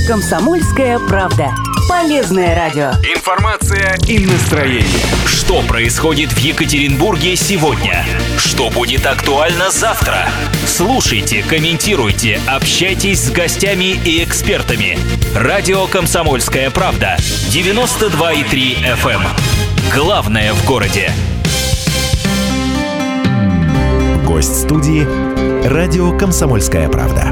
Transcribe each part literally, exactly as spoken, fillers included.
Комсомольская правда. Полезное радио. Информация и настроение. Что происходит в Екатеринбурге сегодня? Что будет актуально завтра? Слушайте, комментируйте, общайтесь с гостями и экспертами. Радио «Комсомольская правда». девяносто два и три эф эм. Главное в городе. Гость студии «Радио «Комсомольская правда».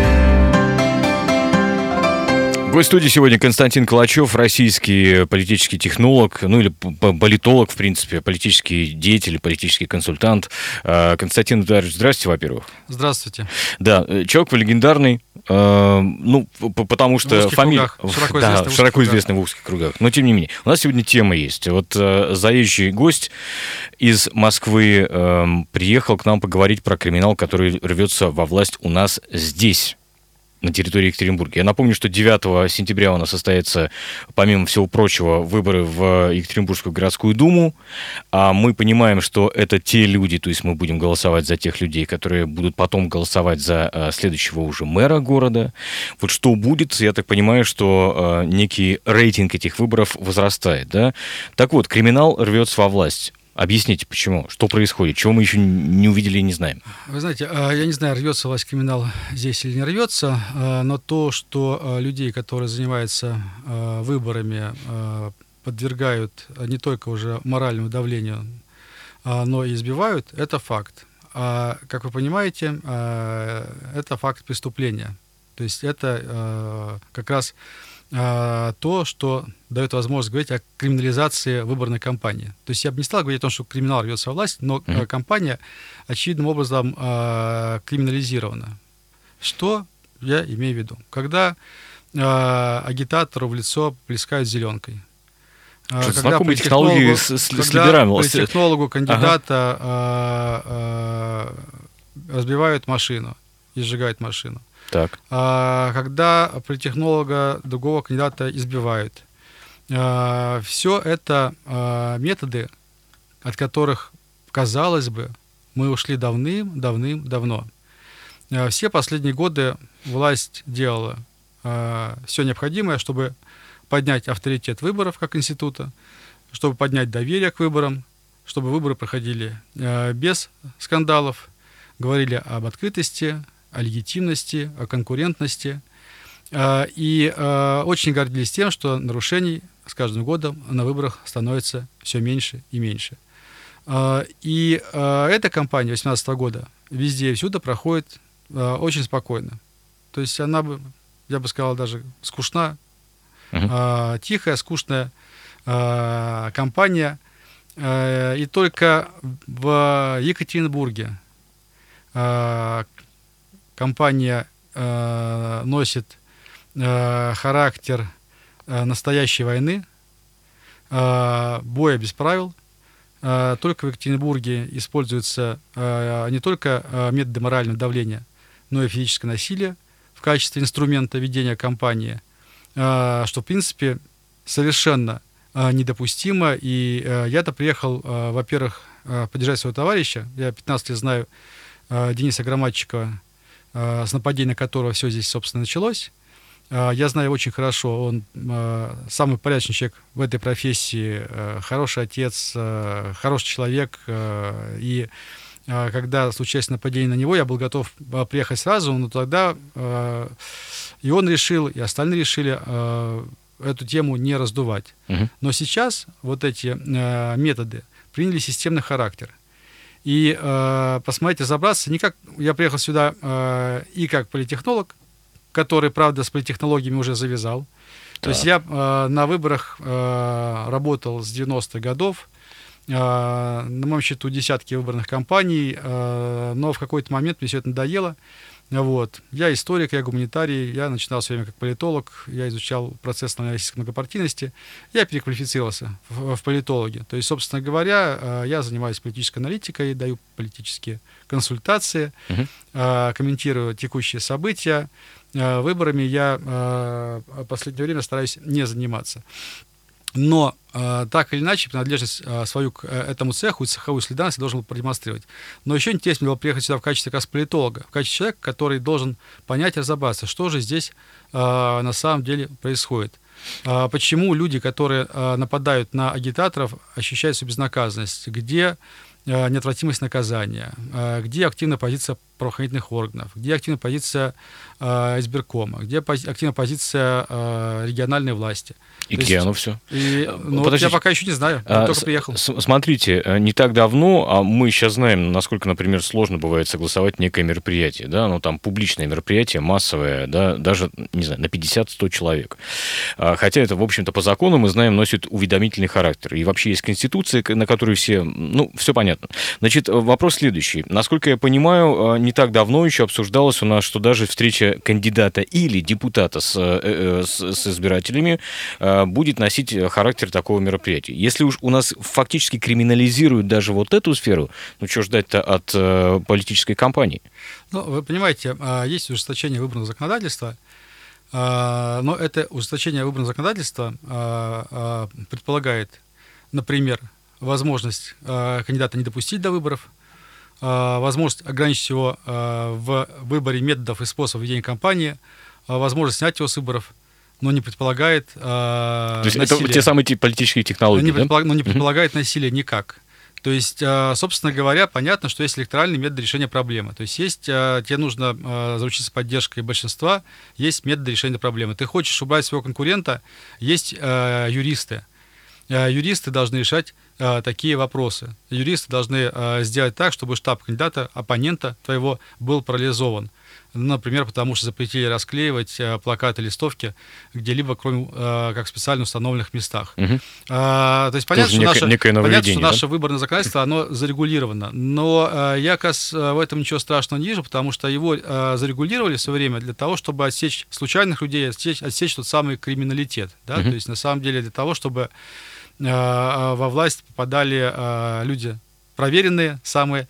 Гость студии сегодня Константин Калачев, российский политический технолог, ну или политолог, в принципе, политический деятель, политический консультант. Константин Эдуардович, здравствуйте, во-первых. Здравствуйте. Да, человек легендарный, ну, потому что фамилия... Широко, да, известный, широко известный в узких кругах. Но, тем не менее, у нас сегодня тема есть. Вот заезжий гость из Москвы приехал к нам поговорить про криминал, который рвется во власть у нас здесь, на территории Екатеринбурга. Я напомню, что девятого сентября у нас состоятся, помимо всего прочего, выборы в Екатеринбургскую городскую думу. А мы понимаем, что это те люди, то есть мы будем голосовать за тех людей, которые будут потом голосовать за следующего уже мэра города. Вот что будет, я так понимаю, что некий рейтинг этих выборов возрастает, да? Так вот, криминал рвется во власть. Объясните, почему? Что происходит? Чего мы еще не увидели и не знаем? Вы знаете, я не знаю, рвется власть криминал здесь или не рвется, но то, что людей, которые занимаются выборами, подвергают не только уже моральному давлению, но и избивают, это факт. А, как вы понимаете, это факт преступления. То есть это как раз то, что дает возможность говорить о криминализации выборной кампании. То есть я бы не стал говорить о том, что криминал рвется во власть, но mm-hmm. кампания очевидным образом э, криминализирована. Что я имею в виду? Когда э, агитатору в лицо плескают зеленкой. Что, знакомые технологии с, с, с либералами. Когда при технологу кандидата ага. э, э, разбивают машину и сжигают машину. Так. А, когда политтехнолога другого кандидата избивают. А, все это а, методы, от которых, казалось бы, мы ушли давным-давным-давно. А, все последние годы власть делала а, все необходимое, чтобы поднять авторитет выборов как института, чтобы поднять доверие к выборам, чтобы выборы проходили а, без скандалов, говорили об открытости, о легитимности, о конкурентности. И очень гордились тем, что нарушений с каждым годом на выборах становится все меньше и меньше. И эта кампания две тысячи восемнадцатого года везде и всюду проходит очень спокойно. То есть она, я бы сказал, даже скучна, uh-huh. тихая, скучная кампания. И только в Екатеринбурге компания э, носит э, характер э, настоящей войны, э, боя без правил. Э, только в Екатеринбурге используются э, не только э, методы морального давления, но и физическое насилие в качестве инструмента ведения кампании, э, что, в принципе, совершенно э, недопустимо. И э, я-то приехал, э, во-первых, э, поддержать своего товарища. Я пятнадцать лет знаю э, Дениса Громадчикова, с нападения которого все здесь, собственно, началось. Я знаю очень хорошо, он самый порядочный человек в этой профессии, хороший отец, хороший человек. И когда случилось нападение на него, я был готов приехать сразу, но тогда и он решил, и остальные решили эту тему не раздувать. Угу. Но сейчас вот эти методы приняли системный характер. И э, посмотрите, разобраться, не как я приехал сюда э, и как политтехнолог, который, правда, с политтехнологиями уже завязал. Так. То есть я э, на выборах э, работал с девяностых годов, э, на моем счету десятки выборных кампаний, э, но в какой-то момент мне все это надоело. Вот. Я историк, я гуманитарий, я начинал все время как политолог, я изучал процесс российской многопартийности, я переквалифицировался в, в политологи. То есть, собственно говоря, я занимаюсь политической аналитикой, даю политические консультации, uh-huh. комментирую текущие события. Выборами я в последнее время стараюсь не заниматься. Но э, так или иначе принадлежность э, свою к э, этому цеху и цеховую солидарность должен был продемонстрировать. Но еще интереснее было приехать сюда в качестве как раз политолога, в качестве человека, который должен понять и разобраться, что же здесь э, на самом деле происходит. Э, почему люди, которые э, нападают на агитаторов, ощущают свою безнаказанность, где э, неотвратимость наказания, э, где активная позиция правоохранительных органов, где активная позиция э, избиркома, где пози- активная позиция э, региональной власти. И То где есть, оно все? И, ну, вот я пока еще не знаю, я а, только с- приехал. с- Смотрите, не так давно, а мы сейчас знаем, насколько, например, сложно бывает согласовать некое мероприятие, да, ну там публичное мероприятие, массовое, да, даже, не знаю, на пятьдесят-сто человек. А, Хотя это, в общем-то, по закону, мы знаем, носит уведомительный характер. И вообще есть конституция, на которой все, ну, все понятно. Значит, вопрос следующий. Насколько я понимаю, не так давно еще обсуждалось у нас, что даже встреча кандидата или депутата с, э, с, с избирателями э, будет носить характер такого мероприятия. Если уж у нас фактически криминализируют даже вот эту сферу, ну что ждать-то от э, политической кампании? Ну, вы понимаете, а, есть ужесточение выборного законодательства, а, но это ужесточение выборного законодательства а, а, предполагает, например, возможность а, кандидата не допустить до выборов, а, возможность ограничить его а, в выборе методов и способов ведения кампании, а, возможность снять его с выборов, но не предполагает а, То есть насилие. это те самые те политические технологии, не да? предполаг- Но не предполагает насилие никак. То есть, а, собственно говоря, понятно, что есть электоральный метод решения проблемы. То есть, есть а, тебе нужно а, заручиться поддержкой большинства, есть методы решения проблемы. Ты хочешь убрать своего конкурента, есть а, юристы. А, юристы должны решать а, такие вопросы. Юристы должны а, сделать так, чтобы штаб кандидата, оппонента твоего был парализован. Например, потому что запретили расклеивать э, плакаты, листовки где-либо, кроме э, как в специально установленных местах. Мгм. А, то есть понятно, Тоже что, некое- наше, некое понятно, нововведение, что да? наше выборное законодательство, оно зарегулировано. Но э, я, как раз, э, в этом ничего страшного не вижу, потому что его э, зарегулировали все время для того, чтобы отсечь случайных людей, отсечь, отсечь тот самый криминалитет. Да? Мгм. То есть, на самом деле, для того, чтобы э, во власть попадали э, люди проверенные, самые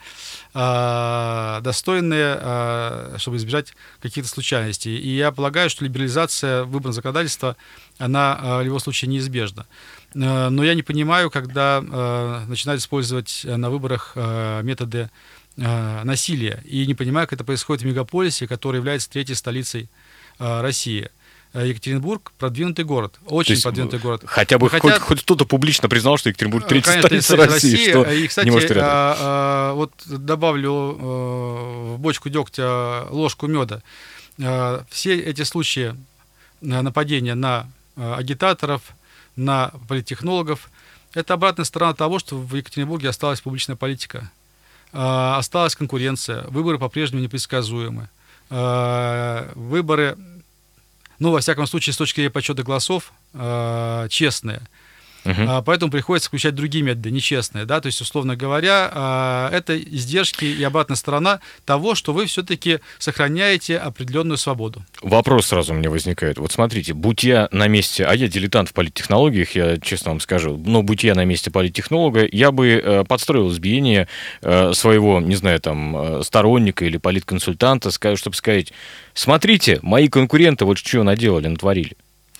э, достойные, э, чтобы избежать каких-то случайностей. И я полагаю, что либерализация выборного законодательства, она э, в любом случае неизбежна. Э, но я не понимаю, когда э, начинают использовать на выборах э, методы э, насилия. И не понимаю, как это происходит в мегаполисе, который является третьей столицей э, России. Екатеринбург – продвинутый город, очень есть, продвинутый город. Хотя бы Хотя- хоть, хоть кто-то публично признал, что Екатеринбург третья Конечно, столица столица России, что И, кстати, не может рядом. а, а, вот добавлю а, в бочку дегтя ложку меда. А, все эти случаи а, нападения на а, агитаторов, на политтехнологов – это обратная сторона того, что в Екатеринбурге осталась публичная политика. А, осталась конкуренция, выборы по-прежнему непредсказуемы. А, выборы... Ну, во всяком случае, с точки зрения подсчета голосов, э, честные. Мгм. А, поэтому приходится включать другие методы, нечестные. Да? То есть, условно говоря, а, это издержки и обратная сторона того, что вы все-таки сохраняете определенную свободу. Вопрос сразу у меня возникает. Вот смотрите, будь я на месте, а я дилетант в политтехнологиях, я честно вам скажу, но будь я на месте политтехнолога, я бы э, подстроил избиение э, своего, не знаю, там, э, сторонника или политконсультанта, ска- чтобы сказать, смотрите, мои конкуренты вот что наделали, натворили.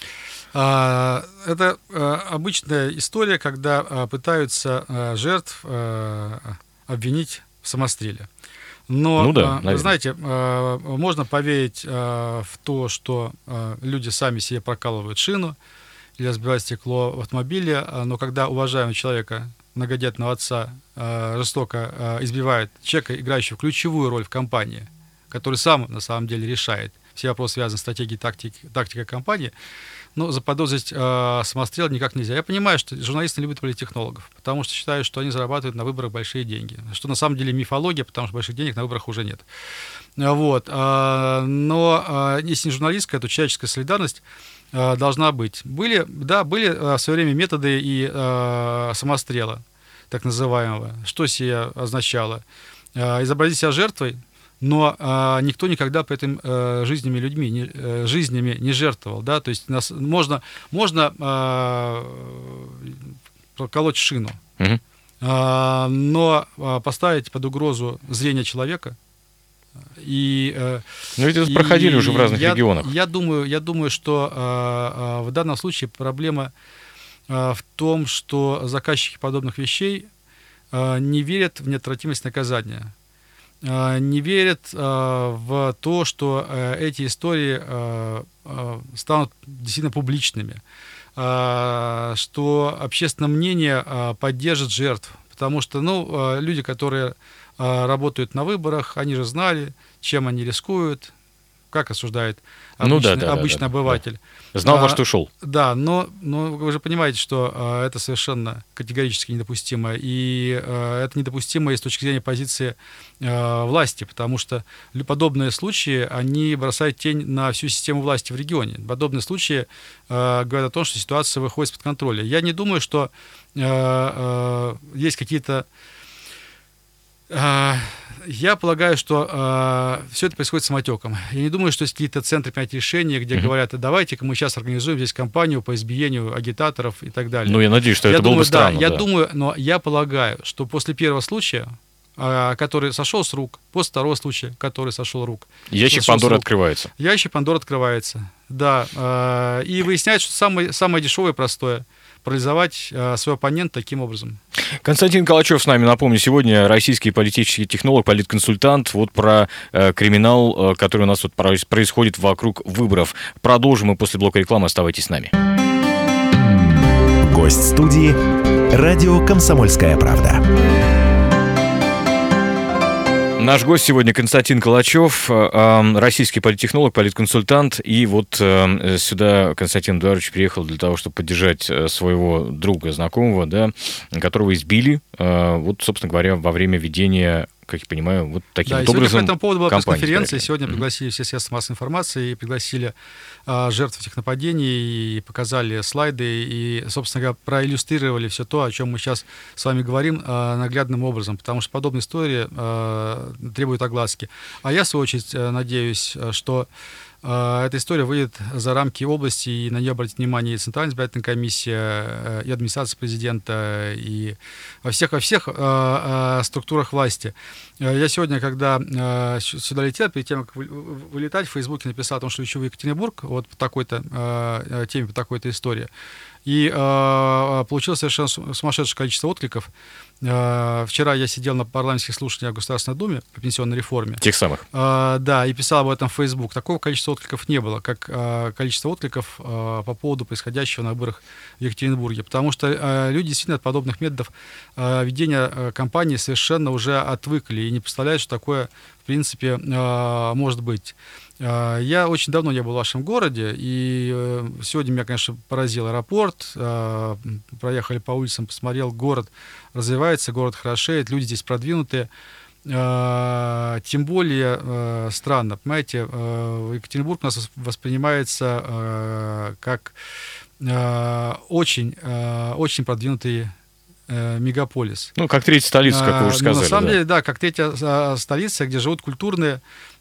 А, Это а, обычная история, когда а, пытаются а, жертв а, обвинить в самостреле. Но, Ну да, а, наверное. вы знаете, а, можно поверить а, в то, что а, люди сами себе прокалывают шину или разбивают стекло в автомобиле, а, но когда уважаемого человека, многодетного отца, а, жестоко а, избивают человека, играющего ключевую роль в кампании, который сам на самом деле решает все вопросы, связанные с стратегией, тактикой, тактикой кампании, но заподозрить э, самострел никак нельзя. Я понимаю, что журналисты не любят политтехнологов, потому что считают, что они зарабатывают на выборах большие деньги. Что на самом деле мифология, потому что больших денег на выборах уже нет. Вот. А, но а, если не журналистская, то человеческая солидарность а, должна быть. Были, да, были а, в свое время методы и а, самострела, так называемого. Что сие означало? А, изобразить себя жертвой, но а, никто никогда при этом а, жизнями людьми, не, а, жизнями не жертвовал, да, то есть нас, можно, можно а, проколоть шину, Мгм. а, но а, поставить под угрозу зрение человека и... а, Ну, ведь это и проходили уже в разных я, регионах. Я думаю, я думаю, что а, а, в данном случае проблема в том, что заказчики подобных вещей не верят в неотвратимость наказания, не верят в то, что эти истории станут действительно публичными, что общественное мнение поддержит жертв. Потому что ну, люди, которые работают на выборах, они же знали, чем они рискуют, как осуждает обычный, ну, да, да, обычный да, да, обыватель. Да. Знал, а, во что шел. Да, но, но вы же понимаете, что а, это совершенно категорически недопустимо. И а, это недопустимо и с точки зрения позиции а, власти, потому что подобные случаи, они бросают тень на всю систему власти в регионе. Подобные случаи а, говорят о том, что ситуация выходит из-под контроля. Я не думаю, что а, а, есть какие-то... А, Я полагаю, что э, все это происходит самотеком. Я не думаю, что есть какие-то центры принятия решений, где mm-hmm. говорят, давайте-ка мы сейчас организуем здесь кампанию по избиению агитаторов и так далее. Ну, я надеюсь, что я это думаю, было бы странно. Да, я да. думаю, но я полагаю, что после первого случая, э, который сошел с рук, после второго случая, который сошел с рук... Ящик Пандоры открывается. Ящик Пандоры открывается, да. Э, и выясняется, что самое, самое дешевое и простое — парализовать э, своего оппонента таким образом. Константин Калачев с нами, напомню, сегодня российский политический технолог, политконсультант. Вот про э, криминал, э, который у нас вот происходит вокруг выборов. Продолжим мы после блока рекламы. Оставайтесь с нами. Гость студии «Радио Комсомольская правда». Наш гость сегодня Константин Калачев, российский политтехнолог, политконсультант. И вот сюда Константин Эдуардович приехал для того, чтобы поддержать своего друга, знакомого, да, которого избили, вот, собственно говоря, во время ведения, как я понимаю, вот таким да, вот образом. Сегодня по этому поводу была пресс-конференция. избирательной. Сегодня пригласили все средства массовой информации, и пригласили а, жертв этих нападений, и показали слайды, и, собственно говоря, проиллюстрировали все то, о чем мы сейчас с вами говорим, а, наглядным образом, потому что подобные истории а, требуют огласки. А я, в свою очередь, надеюсь, что эта история выйдет за рамки области, и на нее обратит внимание и Центральная избирательная комиссия, и администрация президента, и во всех, во всех э, э, структурах власти. Я сегодня, когда э, сюда летел, перед тем, как вылетать, в Фейсбуке написал о том, что лечу в Екатеринбург, вот по такой-то э, теме, по такой-то истории. И э, получилось совершенно сумасшедшее количество откликов. Э, вчера я сидел на парламентских слушаниях в Государственной Думе по пенсионной реформе. Тех самых. Э, да, и писал об этом в Facebook. Такого количества откликов не было, как э, количество откликов э, по поводу происходящего на выборах в Екатеринбурге. Потому что э, люди действительно от подобных методов э, ведения э, кампании совершенно уже отвыкли и не представляют, что такое, в принципе, э, может быть. Я очень давно не был в вашем городе, и сегодня меня, конечно, поразил аэропорт. Проехали по улицам, посмотрел, город развивается, город хорошеет, люди здесь продвинутые. Тем более странно, понимаете, Екатеринбург у нас воспринимается как очень, очень продвинутый мегаполис. Ну, как третья столица, как вы уже сказали. Ну, на самом да. деле, да, как третья столица, где живут культурные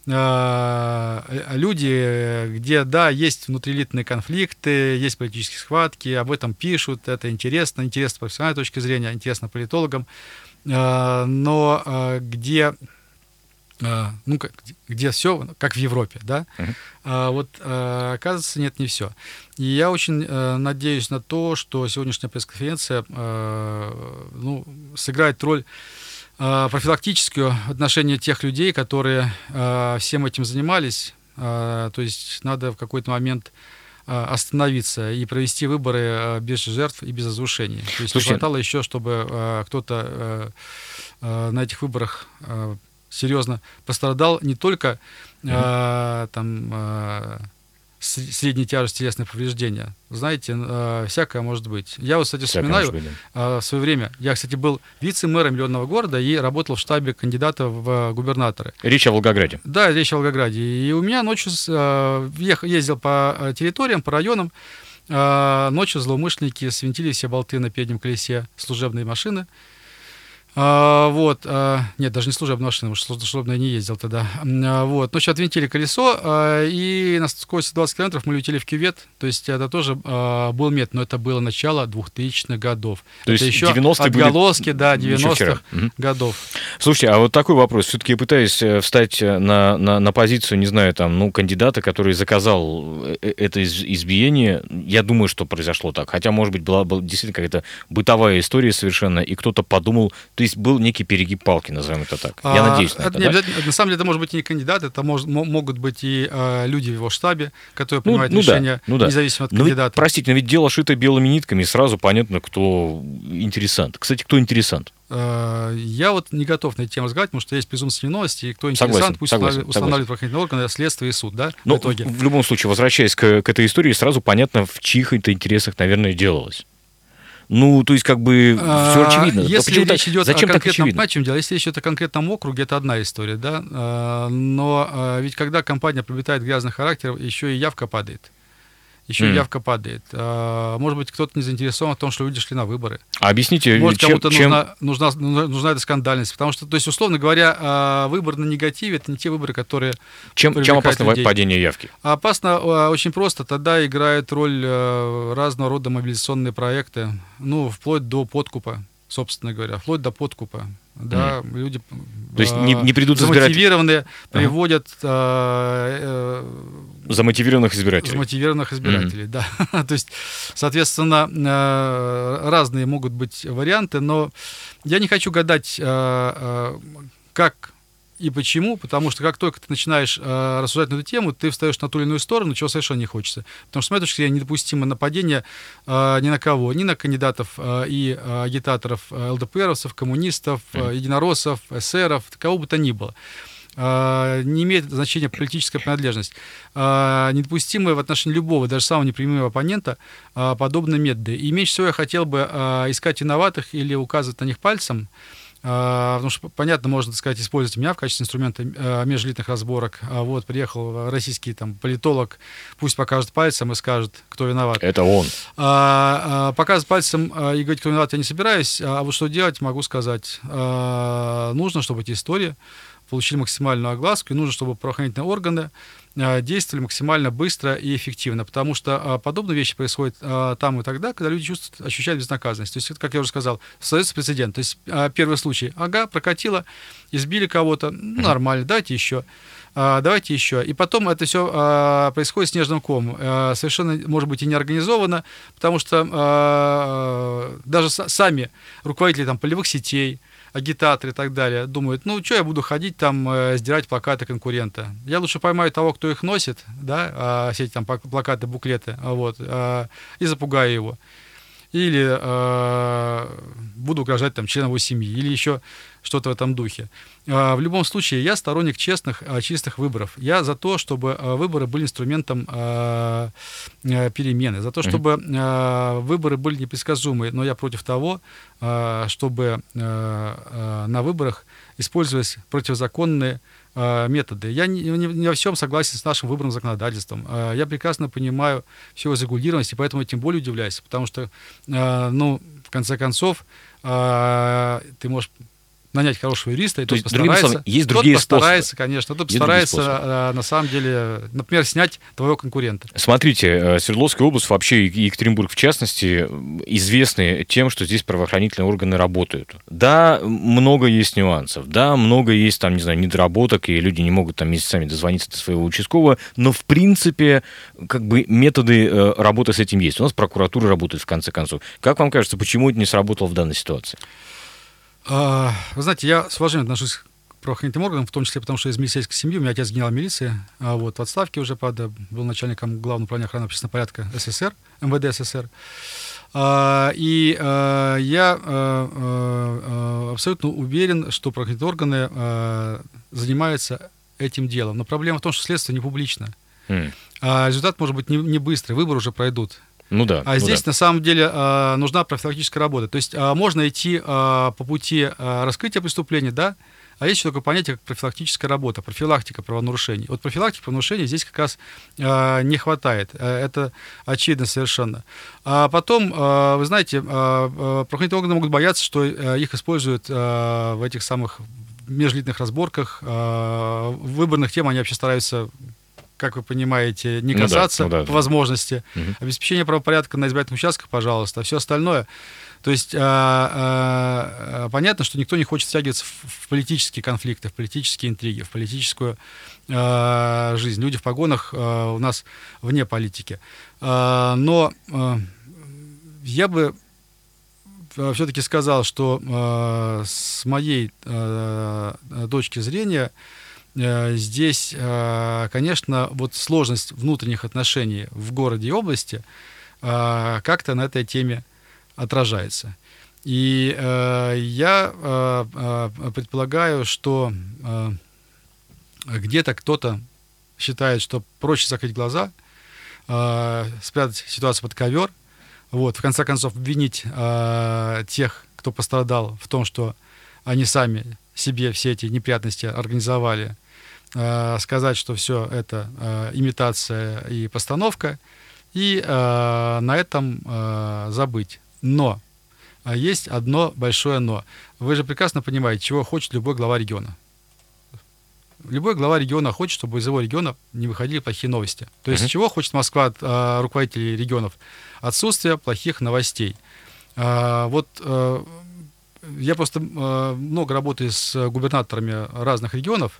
люди, где, да, есть внутриэлитные конфликты, есть политические схватки, об этом пишут, это интересно, интересно с профессиональной точки зрения, интересно политологам, но где, ну, где все как в Европе, да, uh-huh. вот, оказывается, нет, не все. И я очень надеюсь на то, что сегодняшняя пресс-конференция, ну, сыграет роль профилактическую в отношении тех людей, которые э, всем этим занимались. Э, то есть надо в какой-то момент э, остановиться и провести выборы э, без жертв и без разрушений. То есть Слушайте, не хватало еще, чтобы э, кто-то э, э, на этих выборах э, серьезно пострадал не только э, mm-hmm. там, э, средней тяжести телесные повреждения. Знаете, э, всякое может быть. Я вот, кстати, всякое вспоминаю быть, да. э, в свое время. Я, кстати, был вице-мэром миллионного города и работал в штабе кандидата в губернаторы. Речь о Волгограде. Да, речь о Волгограде. И у меня ночью э, ездил по территориям, по районам. Э, ночью злоумышленники свинтили все болты на переднем колесе служебной машины. А, вот, а, нет, даже не служебная машина, потому что служебная не ездил тогда. А, вот, ну, что отвинтили колесо, а, и на скорости двадцать километров мы летели в кювет, то есть это тоже а, был метод, но это было начало двухтысячных годов. То это есть еще девяностые отголоски, были да, еще девяностых вчера. годов. Слушайте, а вот такой вопрос. Все-таки я пытаюсь встать на, на, на позицию, не знаю, там, ну, кандидата, который заказал это избиение. Я думаю, что произошло так. Хотя, может быть, была, была действительно какая-то бытовая история совершенно, и кто-то подумал, то есть был некий перегиб палки, назовем это так. Я а, надеюсь на это, не да? На самом деле это может быть и не кандидат, это может, могут быть и а, люди в его штабе, которые Ну, принимают ну решения, да, ну да. независимо от Но кандидата. Ведь, простите, но ведь дело шито белыми нитками, и сразу понятно, кто интересант. Кстати, кто интересант? Я вот не готов на эту тему разговаривать, потому что есть презумпция невиновности, и кто Согласен, интересант, пусть согласен, устанавливает правоохранительные органы, следствие и суд, да, Но в итоге. в любом случае, возвращаясь к, к этой истории, сразу понятно, в чьих это интересах, наверное, делалось. Ну, то есть, как бы, все очевидно. Если Почему речь так? идет Зачем о так конкретном, очевидно? понимаете, в чем дело? Если речь идет о конкретном округе, это одна история, да, А, но а, ведь когда компания приобретает грязный характер, еще и явка падает. Еще Mm. и явка падает. А, может быть, кто-то не заинтересован в том, что люди шли на выборы. А объясните, Может, чем... кому-то чем... нужна, нужна, нужна, нужна эта скандальность. Потому что, то есть, условно говоря, а, выбор на негативе — это не те выборы, которые Чем, чем привлекают опасно людей. падение явки? А опасно а, очень просто. Тогда играют роль а, разного рода мобилизационные проекты, ну, вплоть до подкупа, собственно говоря, вплоть до подкупа. Да, mm. люди То есть не, не придут избирать... замотивированные, ага. приводят а, э, замотивированных избирателей. Замотивированных избирателей, mm-hmm. да. То есть, соответственно, а, разные могут быть варианты, но я не хочу гадать, а, а, как и почему, потому что как только ты начинаешь э, рассуждать на эту тему, ты встаешь на ту или иную сторону, чего совершенно не хочется. Потому что, с моей точки зрения, недопустимо нападение э, ни на кого, ни на кандидатов э, и э, агитаторов э, ЛДПРовцев, коммунистов, э, единороссов, эсеров, кого бы то ни было. Э, не имеет значения политическая принадлежность. Э, недопустимы в отношении любого, даже самого непримиримого оппонента э, подобные методы. И меньше всего я хотел бы э, искать виноватых или указывать на них пальцем, Uh, потому что, понятно, можно, так сказать, использовать меня в качестве инструмента uh, межлитных разборок. Uh, вот, приехал российский там политолог, пусть покажет пальцем и скажет, кто виноват. Это он. Uh, uh, показывать пальцем uh, и говорить, кто виноват, я не собираюсь. А вот что делать, могу сказать. Uh, нужно, чтобы эти истории получили максимальную огласку, и нужно, чтобы правоохранительные органы действовали максимально быстро и эффективно, потому что а, подобные вещи происходят а, там и тогда, когда люди чувствуют, ощущают безнаказанность. То есть, как я уже сказал, создается прецедент. То есть, а, первый случай, ага, прокатило, избили кого-то, ну, нормально, давайте еще, а, давайте еще. И потом это все а, происходит снежным комом. А, совершенно, может быть, и не организовано, потому что а, даже с- сами руководители там, полевых сетей, агитаторы и так далее думают, ну, что я буду ходить там, э, сдирать плакаты конкурента? Я лучше поймаю того, кто их носит, да, э, все эти там плакаты, буклеты, вот, э, и запугаю его. Или э, буду угрожать там членам его семьи, или еще что-то в этом духе. Э, в любом случае, я сторонник честных, э, чистых выборов. Я за то, чтобы э, выборы были инструментом э, э, перемены, за то, чтобы э, выборы были непредсказуемые, но я против того, э, чтобы э, э, на выборах использовались противозаконные методы. Я не, не, не во всем согласен с нашим выборным законодательством. Я прекрасно понимаю всю зарегулированность, и поэтому я тем более удивляюсь, потому что, ну, в конце концов, ты можешь нанять хорошего юриста, и То тот есть, постарается, словами, есть другие тот постарается, способы. конечно, тот Есть постарается, на самом деле, например, снять твоего конкурента. Смотрите, Свердловская область, вообще и Екатеринбург в частности, известны тем, что здесь правоохранительные органы работают. Да, много есть нюансов, да, много есть, там, не знаю, недоработок, и люди не могут там месяцами дозвониться до своего участкового, но, в принципе, как бы методы работы с этим есть. У нас прокуратура работает, в конце концов. Как вам кажется, почему это не сработало в данной ситуации? Вы знаете, я с уважением отношусь к правоохранительным органам, в том числе потому, что из милицейской семьи, у меня отец генерал милиции, а вот в отставке уже, правда, был начальником Главного управления охраны общественного порядка СССР, МВД СССР. И я абсолютно уверен, что правоохранительные органы занимаются этим делом. Но проблема в том, что следствие не публично. Mm. А результат может быть не, не быстрый, выборы уже пройдут. Ну да. А ну здесь да. на самом деле нужна профилактическая работа. То есть можно идти по пути раскрытия преступления, да, а есть еще такое понятие, как профилактическая работа, профилактика правонарушений. Вот профилактики правонарушений здесь как раз э, не хватает. Это очевидно совершенно. А потом, э, вы знаете, э, правоохранительные органы могут бояться, что э, их используют э, в этих самых межличных разборках. Э, выборных тем они вообще стараются, как вы понимаете, не касаться, ну да, ну да, по возможности. Угу. Обеспечение правопорядка на избирательных участках, пожалуйста, а все остальное. То есть а, а, понятно, что никто не хочет втягиваться в, в политические конфликты, в политические интриги, в политическую а, жизнь. Люди в погонах а, у нас вне политики. А, но а, я бы все-таки сказал, что а, с моей а, точки зрения а, здесь, а, конечно, вот сложность внутренних отношений в городе и области а, как-то на этой теме отражается. И э, я э, э, предполагаю, что э, где-то кто-то считает, что проще закрыть глаза, э, спрятать ситуацию под ковер, вот, в конце концов обвинить э, тех, кто пострадал, в том, что они сами себе все эти неприятности организовали, э, сказать, что все это э, имитация и постановка, и э, на этом э, забыть. Но есть одно большое но. Вы же прекрасно понимаете, чего хочет любой глава региона. Любой глава региона хочет, чтобы из его региона не выходили плохие новости. То есть, uh-huh. чего хочет Москва от а, руководителей регионов? Отсутствие плохих новостей. А, вот а, я просто а, много работаю с губернаторами разных регионов,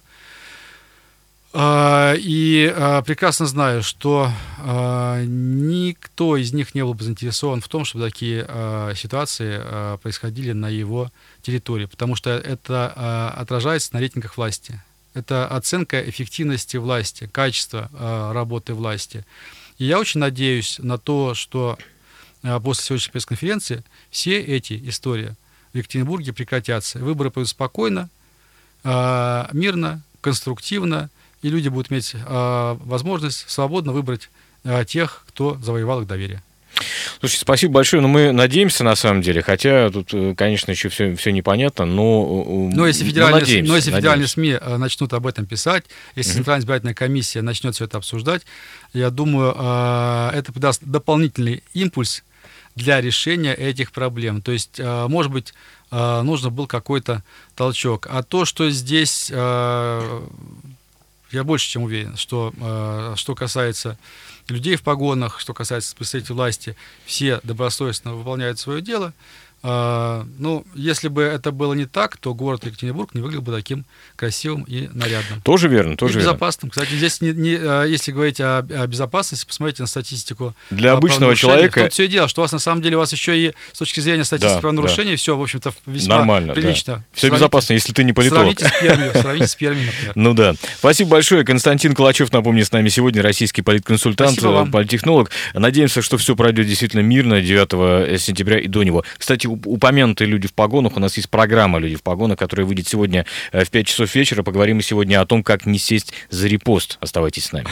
и а, прекрасно знаю, что а, никто из них не был бы заинтересован в том, чтобы такие а, ситуации а, происходили на его территории, потому что это а, отражается на рейтингах власти. Это оценка эффективности власти, качества а, работы власти. И я очень надеюсь на то, что а, после сегодняшней пресс-конференции все эти истории в Екатеринбурге прекратятся. Выборы пройдут спокойно, а, мирно, конструктивно, и люди будут иметь э, возможность свободно выбрать э, тех, кто завоевал их доверие. Слушайте, спасибо большое, но мы надеемся на самом деле, хотя тут, конечно, еще все, все непонятно, но, но если федеральные, надеемся, но если федеральные надеемся. СМИ начнут об этом писать, если uh-huh. Центральная избирательная комиссия начнет все это обсуждать, я думаю, э, это придаст дополнительный импульс для решения этих проблем. То есть, э, может быть, э, нужно был какой-то толчок. А то, что здесь... Э, Я больше чем уверен, что э, что касается людей в погонах, что касается представителей власти, все добросовестно выполняют свое дело. Э, ну, если бы это было не так, то город Екатеринбург не выглядел бы таким красивым и нарядным. Тоже верно, тоже и верно. безопасным. Кстати, здесь, не, не, если говорить о, о безопасности, посмотрите на статистику. Для обычного человека... Тут все и дело, что у вас на самом деле, у вас еще и с точки зрения статистики да, правонарушений, да. все, в общем-то, весьма нормально, прилично. Да. Все безопасно, если ты не политолог. Сравните с Пермью, сравните с Пермью, например. Ну да. Спасибо большое. Константин Калачев, напомню, с нами сегодня, российский политконсультант, политтехнолог. Надеемся, что все пройдет действительно мирно девятого сентября и до него. Кстати, упомянутые люди в погонах, у нас есть программа «Люди в погонах», которая выйдет сегодня в пять часов вечера. Поговорим мы сегодня о том, как не сесть за репост. Оставайтесь с нами.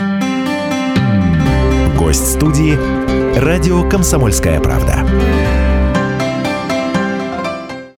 Гость студии «Радио Комсомольская правда».